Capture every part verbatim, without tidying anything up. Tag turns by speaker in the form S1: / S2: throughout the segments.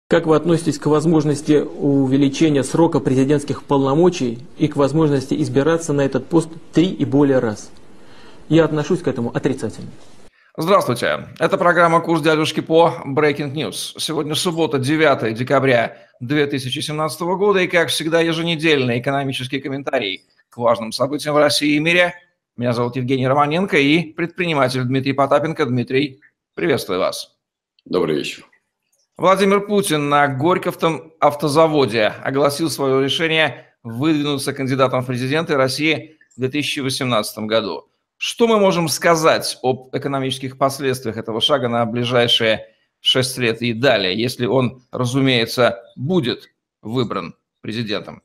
S1: Как вы относитесь к возможности увеличения срока президентских полномочий и к возможности избираться на этот пост три и более раз? Я отношусь к этому отрицательно.
S2: Здравствуйте. Это программа «Курс дядюшки По. Breaking News». Сегодня суббота, девятое декабря две тысячи семнадцатого года, и, как всегда, еженедельный экономический комментарий к важным событиям в России и мире. Меня зовут Евгений Романенко и предприниматель Дмитрий Потапенко. Дмитрий, приветствую вас.
S3: Добрый вечер.
S2: Владимир Путин на Горьковском автозаводе огласил свое решение выдвинуться кандидатом в президенты России в две тысячи восемнадцатом году. Что мы можем сказать об экономических последствиях этого шага на ближайшие шесть лет и далее, если он, разумеется, будет выбран президентом?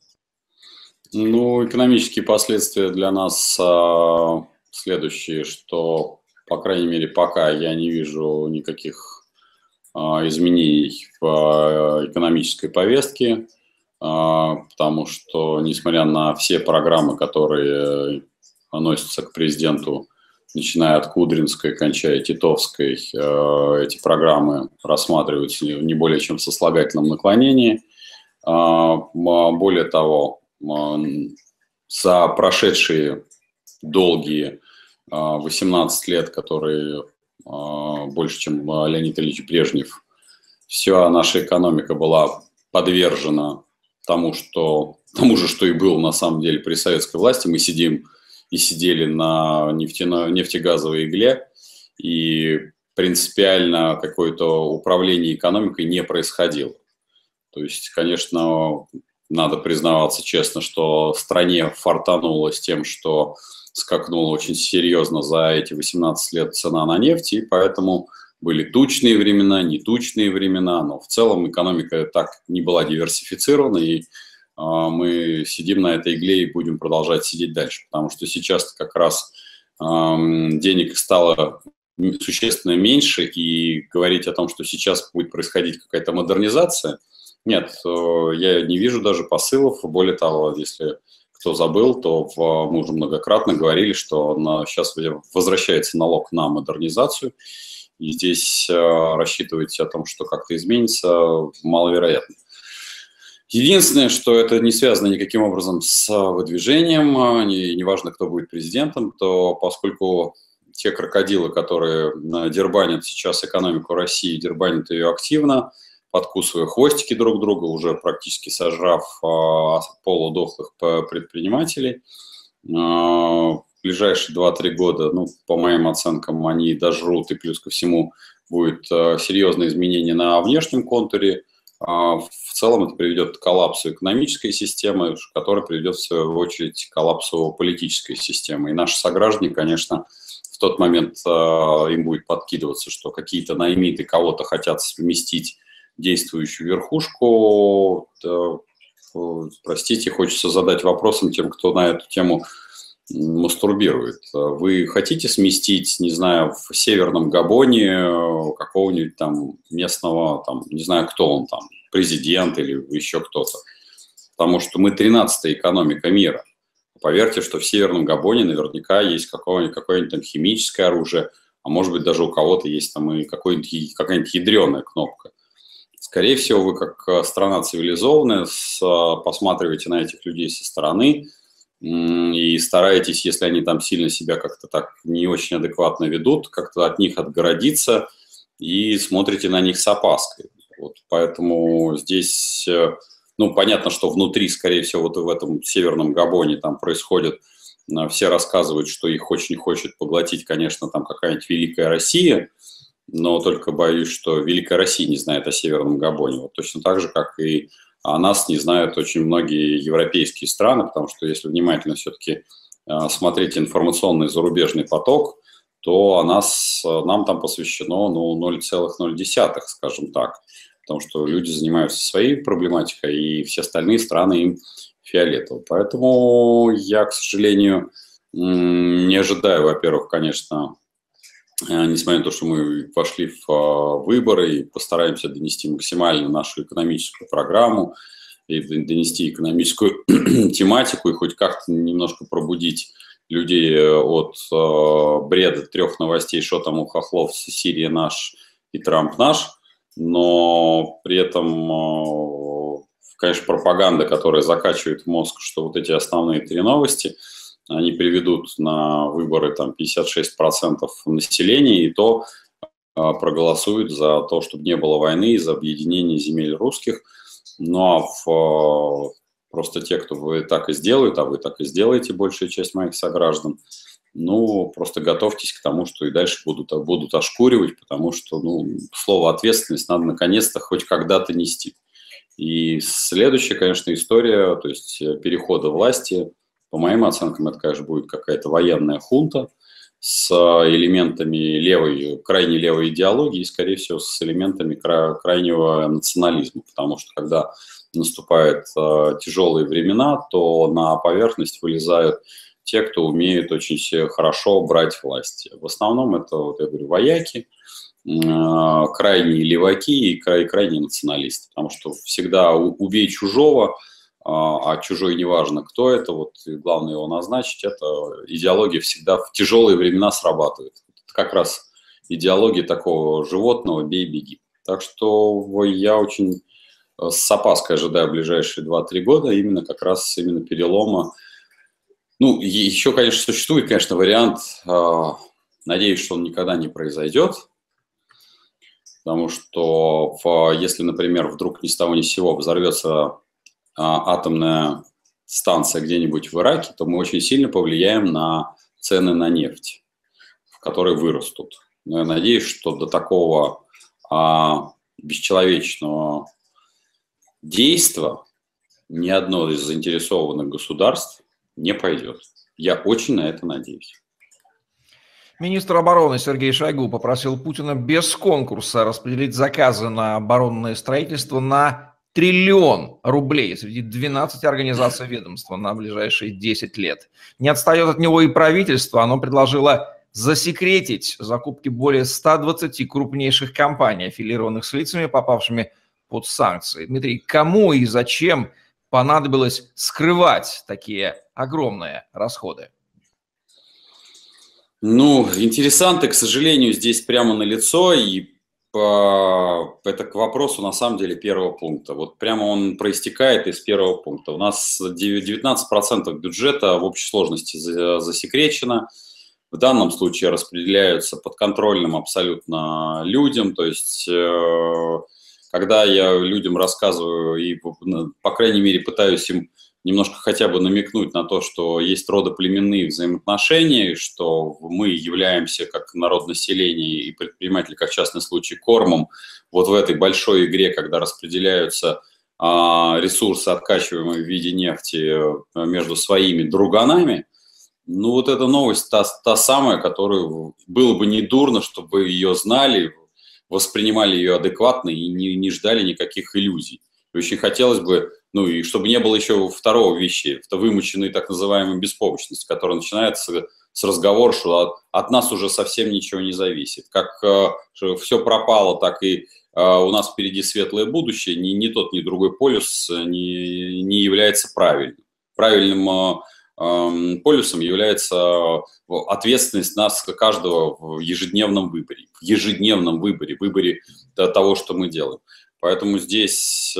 S3: Ну, экономические последствия для нас а, следующие, что, по крайней мере, пока я не вижу никаких а, изменений в а, экономической повестке, а, потому что, несмотря на все программы, которые относятся к президенту, начиная от Кудринской, кончая Титовской, эти программы рассматриваются не более чем в сослагательном наклонении. Более того, за прошедшие долгие восемнадцать лет, которые больше, чем Леонид Ильич Брежнев, вся наша экономика была подвержена тому, что, тому же, что и было на самом деле при советской власти. Мы сидим и сидели на нефтяной, нефтегазовой игле, и принципиально какое-то управление экономикой не происходило. То есть, конечно, надо признаваться честно, что стране фартануло с тем, что скакнула очень серьезно за эти восемнадцать лет цена на нефть, и поэтому были тучные времена, нетучные времена, но в целом экономика так не была диверсифицирована, и мы сидим на этой игле и будем продолжать сидеть дальше, потому что сейчас как раз э, денег стало существенно меньше, и говорить о том, что сейчас будет происходить какая-то модернизация, нет, э, я не вижу даже посылов. Более того, если кто забыл, то в, мы уже многократно говорили, что на, сейчас возвращается налог на модернизацию, и здесь э, рассчитывать о том, что как-то изменится, маловероятно. Единственное, что это не связано никаким образом с выдвижением, не, неважно, кто будет президентом, то поскольку те крокодилы, которые дербанят сейчас экономику России, дербанят ее активно, подкусывая хвостики друг друга, уже практически сожрав а, полудохлых предпринимателей, а, в ближайшие два-три года, ну, по моим оценкам, они дожрут, и плюс ко всему будет а, серьезное изменение на внешнем контуре. В целом это приведет к коллапсу экономической системы, который приведет в свою очередь к коллапсу политической системы. И наши сограждане, конечно, в тот момент э, им будет подкидываться, что какие-то наймиты кого-то хотят сместить действующую верхушку. Да, э, простите, хочется задать вопросом тем, кто на эту тему мастурбирует. Вы хотите сместить, не знаю, в Северном Габоне какого-нибудь там местного, там, не знаю, кто он там, президент или еще кто-то? Потому что мы тринадцатая экономика мира. Поверьте, что в Северном Габоне наверняка есть какое-нибудь, какое-нибудь там химическое оружие, а может быть даже у кого-то есть там и какая-нибудь ядреная кнопка. Скорее всего, вы как страна цивилизованная посматриваете на этих людей со стороны и стараетесь, если они там сильно себя как-то так не очень адекватно ведут, как-то от них отгородиться и смотрите на них с опаской. Вот, поэтому здесь, ну, понятно, что внутри, скорее всего, вот в этом Северном Габоне там происходит, все рассказывают, что их очень хочет поглотить, конечно, там какая-нибудь Великая Россия, но только боюсь, что Великая Россия не знает о Северном Габоне. Вот точно так же, как и о нас не знают очень многие европейские страны, потому что если внимательно все-таки смотреть информационный зарубежный поток, то о нас, нам там посвящено ну, ноль целых ноль десятых, скажем так, потому что люди занимаются своей проблематикой, и все остальные страны им фиолетово. Поэтому я, к сожалению, не ожидаю, во-первых, конечно, несмотря на то, что мы вошли в выборы и постараемся донести максимально нашу экономическую программу и донести экономическую тематику и хоть как-то немножко пробудить людей от бреда трех новостей, что там у хохлов Сирия наш и Трамп наш, но при этом, конечно, пропаганда, которая закачивает в мозг, что вот эти основные три новости, они приведут на выборы там пятьдесят шесть процентов населения, и то проголосуют за то, чтобы не было войны, за объединение земель русских. Ну а в, просто те, кто вы так и сделают, а вы так и сделаете, большая часть моих сограждан, ну, просто готовьтесь к тому, что и дальше будут, будут ошкуривать, потому что, ну, слово «ответственность» надо наконец-то хоть когда-то нести. И следующая, конечно, история, то есть перехода власти, по моим оценкам, это, конечно, будет какая-то военная хунта с элементами левой, крайне левой идеологии и, скорее всего, с элементами крайнего национализма, потому что когда наступают тяжелые времена, то на поверхность вылезают те, кто умеет очень хорошо брать власть. В основном это, вот я говорю, вояки, крайние леваки и край, крайние националисты, потому что всегда убей чужого, а чужой неважно кто это, вот главное его назначить, это идеология всегда в тяжелые времена срабатывает. Это как раз идеология такого животного «бей-беги». Так что я очень с опаской ожидаю ближайшие два-три года именно как раз именно перелома. Ну, еще, конечно, существует, конечно, вариант, надеюсь, что он никогда не произойдет, потому что если, например, вдруг ни с того ни с сего взорвется атомная станция где-нибудь в Ираке, то мы очень сильно повлияем на цены на нефть, которые вырастут. Но я надеюсь, что до такого а, бесчеловечного действия ни одно из заинтересованных государств не пойдет. Я очень на это надеюсь.
S2: Министр обороны Сергей Шойгу попросил Путина без конкурса распределить заказы на оборонное строительство на триллион рублей среди двенадцати организаций ведомства на ближайшие десять лет. Не отстает от него и правительство. Оно предложило засекретить закупки более ста двадцати крупнейших компаний, аффилированных с лицами, попавшими под санкции. Дмитрий, кому и зачем понадобилось скрывать такие огромные расходы?
S3: Ну, интересанты, к сожалению, здесь прямо налицо, и это к вопросу, на самом деле, первого пункта. Вот прямо он проистекает из первого пункта. У нас девятнадцать процентов бюджета в общей сложности засекречено. В данном случае распределяются подконтрольным абсолютно людям. То есть, когда я людям рассказываю и, по крайней мере, пытаюсь им немножко хотя бы намекнуть на то, что есть родоплеменные взаимоотношения, что мы являемся как народ населения и предприниматели, как частный случай, кормом вот в этой большой игре, когда распределяются а, ресурсы, откачиваемые в виде нефти, между своими друганами. Ну вот эта новость та, та самая, которую было бы недурно, чтобы вы ее знали, воспринимали ее адекватно и не, не ждали никаких иллюзий. Очень хотелось бы, ну и чтобы не было еще второго вещи, это вымученной так называемой беспомощности, которая начинается с разговора, что от, от нас уже совсем ничего не зависит. Как э, все пропало, так и э, у нас впереди светлое будущее, ни, ни тот, ни другой полюс не, не является правильным. Правильным э, э, полюсом является ответственность нас, каждого в ежедневном выборе, в ежедневном выборе, выборе того, что мы делаем. Поэтому здесь,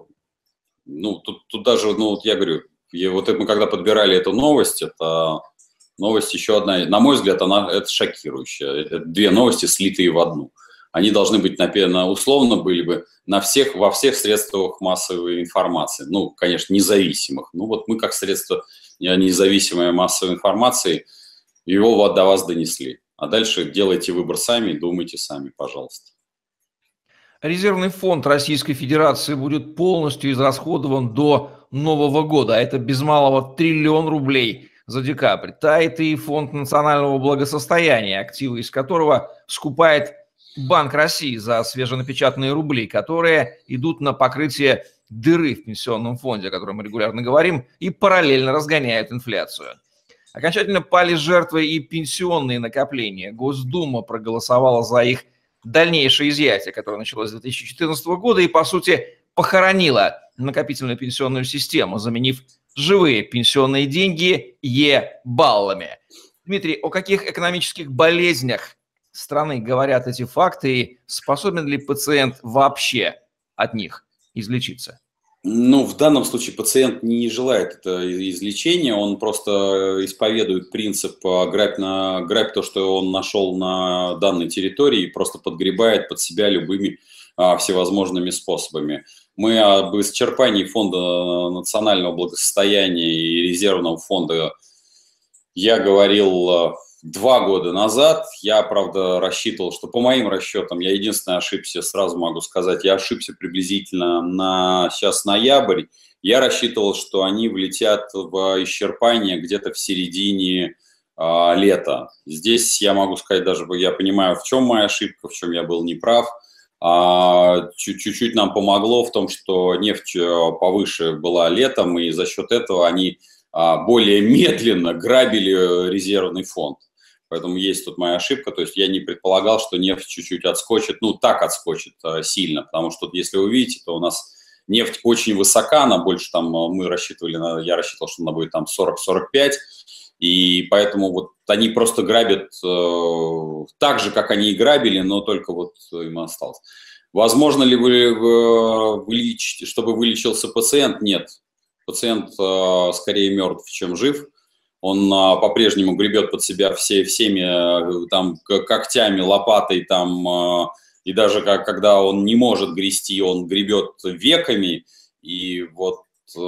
S3: ну, тут, тут даже, ну, вот я говорю, я, вот это мы когда подбирали эту новость, это новость еще одна, на мой взгляд, она, это шокирующая. Это две новости, слитые в одну. Они должны быть, на, условно, были бы на всех, во всех средствах массовой информации. Ну, конечно, независимых. Ну, вот мы как средство независимой массовой информации его вот до вас донесли. А дальше делайте выбор сами, думайте сами, пожалуйста.
S2: Резервный фонд Российской Федерации будет полностью израсходован до Нового года, а это без малого триллион рублей за декабрь. Тает и Фонд национального благосостояния, активы из которого скупает Банк России за свеженапечатанные рубли, которые идут на покрытие дыры в пенсионном фонде, о котором мы регулярно говорим, и параллельно разгоняют инфляцию. Окончательно пали жертвой и пенсионные накопления. Госдума проголосовала за их дальнейшее изъятие, которое началось с две тысячи четырнадцатого года и, по сути, похоронило накопительную пенсионную систему, заменив живые пенсионные деньги е-баллами. Дмитрий, о каких экономических болезнях страны говорят эти факты, и способен ли пациент вообще от них излечиться?
S3: Ну, в данном случае пациент не желает это излечения, он просто исповедует принцип «грабь, на, грабь то, что он нашел на данной территории, и просто подгребает под себя любыми а, всевозможными способами». Мы об исчерпании фонда национального благосостояния и резервного фонда я говорил два года назад. Я, правда, рассчитывал, что по моим расчетам, я единственное ошибся, сразу могу сказать, я ошибся приблизительно на сейчас ноябрь. Я рассчитывал, что они влетят в исчерпание где-то в середине э, лета. Здесь я могу сказать, даже я понимаю, в чем моя ошибка, в чем я был неправ. А, чуть-чуть нам помогло в том, что нефть повыше была летом, и за счет этого они а, более медленно грабили резервный фонд. Поэтому есть тут моя ошибка, то есть я не предполагал, что нефть чуть-чуть отскочит, ну так отскочит а, сильно, потому что если вы видите, то у нас нефть очень высока, она больше там, мы рассчитывали, на, я рассчитывал, что она будет там сорок — сорок пять, и поэтому вот они просто грабят э, так же, как они и грабили, но только вот им осталось. Возможно ли вы, вы вылечить, чтобы вылечился пациент? Нет. Пациент э, скорее мертв, чем жив. Он э, по-прежнему гребет под себя все, всеми э, там, когтями, лопатой, там, э, и даже как, когда он не может грести, он гребет веками, и вот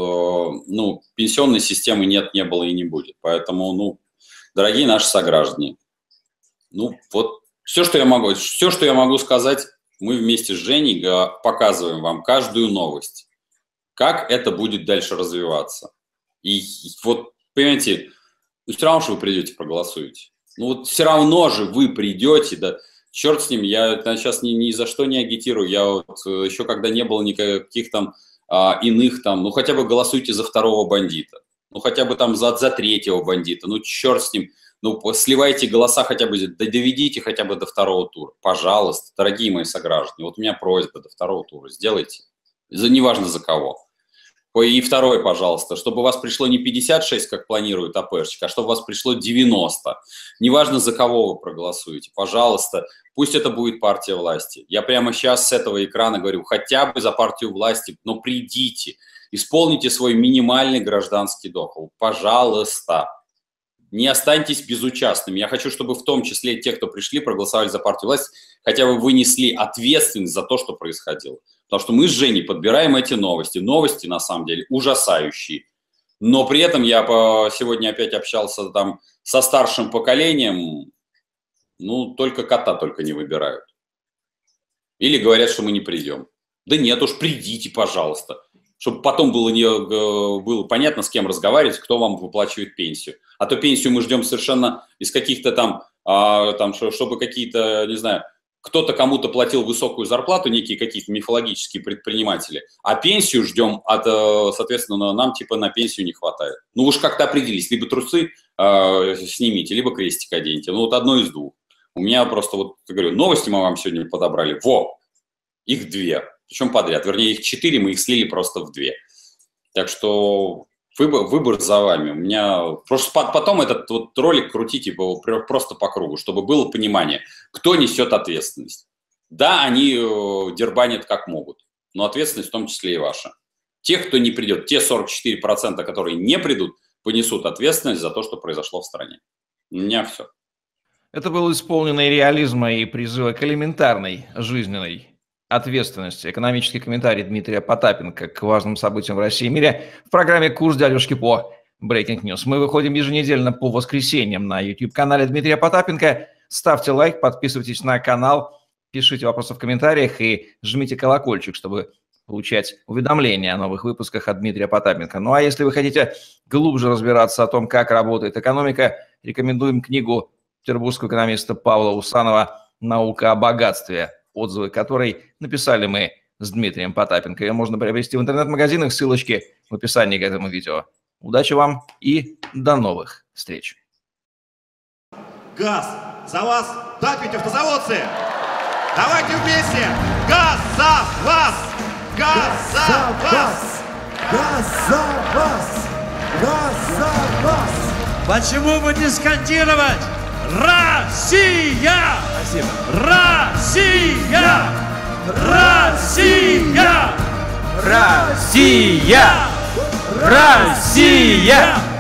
S3: ну, пенсионной системы нет, не было и не будет. Поэтому, ну, дорогие наши сограждане, ну, вот все, что я могу, все, что я могу сказать, мы вместе с Женей показываем вам каждую новость, как это будет дальше развиваться. И вот, понимаете, ну, все равно же вы придете, проголосуете. Ну, вот все равно же вы придете, да, черт с ним, я сейчас ни, ни за что не агитирую, я вот еще когда не было никаких там иных там, ну хотя бы голосуйте за второго бандита, ну хотя бы там за, за третьего бандита, ну черт с ним, ну сливайте голоса хотя бы, доведите хотя бы до второго тура, пожалуйста, дорогие мои сограждане, вот у меня просьба до второго тура, сделайте, за, неважно за кого. И второй, пожалуйста, чтобы у вас пришло не пятьдесят шесть, как планирует АПшечка, а чтобы у вас пришло девяносто. Неважно, за кого вы проголосуете, пожалуйста, пусть это будет партия власти. Я прямо сейчас с этого экрана говорю, хотя бы за партию власти, но придите, исполните свой минимальный гражданский долг, пожалуйста. Не останьтесь безучастными. Я хочу, чтобы в том числе те, кто пришли, проголосовали за партию власти, хотя бы вынесли ответственность за то, что происходило. Потому что мы с Женей подбираем эти новости. Новости, на самом деле, ужасающие. Но при этом я по... сегодня опять общался там со старшим поколением. Ну, только кота только не выбирают. Или говорят, что мы не придем. Да нет уж, придите, пожалуйста. Чтобы потом было, не... было понятно, с кем разговаривать, кто вам выплачивает пенсию. А то пенсию мы ждем совершенно из каких-то там, а, там чтобы какие-то, не знаю... Кто-то кому-то платил высокую зарплату, некие какие-то мифологические предприниматели, а пенсию ждем, от, соответственно, нам типа на пенсию не хватает. Ну уж как-то определились, либо трусы э, снимите, либо крестик оденьте. Ну вот одно из двух. У меня просто, вот, я говорю, новости мы вам сегодня подобрали. Во! Их две, причем подряд. Вернее, их четыре, мы их слили просто в две. Так что выбор, выбор за вами. У меня просто потом этот вот ролик крутите просто по кругу, чтобы было понимание, кто несет ответственность. Да, они дербанят как могут, но ответственность в том числе и ваша. Те, кто не придет, те сорок четыре процента, которые не придут, понесут ответственность за то, что произошло в стране. У меня все.
S2: Это был исполненный реализма и призыва к элементарной жизненной ответственности. Экономический комментарий Дмитрия Потапенко к важным событиям в России и мире в программе «Курс дядюшки по Breaking News». Мы выходим еженедельно по воскресеньям на YouTube-канале Дмитрия Потапенко. Ставьте лайк, подписывайтесь на канал, пишите вопросы в комментариях и жмите колокольчик, чтобы получать уведомления о новых выпусках от Дмитрия Потапенко. Ну а если вы хотите глубже разбираться о том, как работает экономика, рекомендуем книгу петербургского экономиста Павла Усанова «Наука о богатстве», отзывы которой написали мы с Дмитрием Потапенко. Ее можно приобрести в интернет-магазинах, ссылочки в описании к этому видео. Удачи вам и до новых встреч.
S4: Газ за вас, так ведь, автозаводцы? Давайте вместе! Газ за вас! Газ за вас!
S5: Газ за вас! Газ за вас!
S4: Почему бы не скандировать? Россия!
S6: Спасибо. Россия! Россия! Россия! Россия!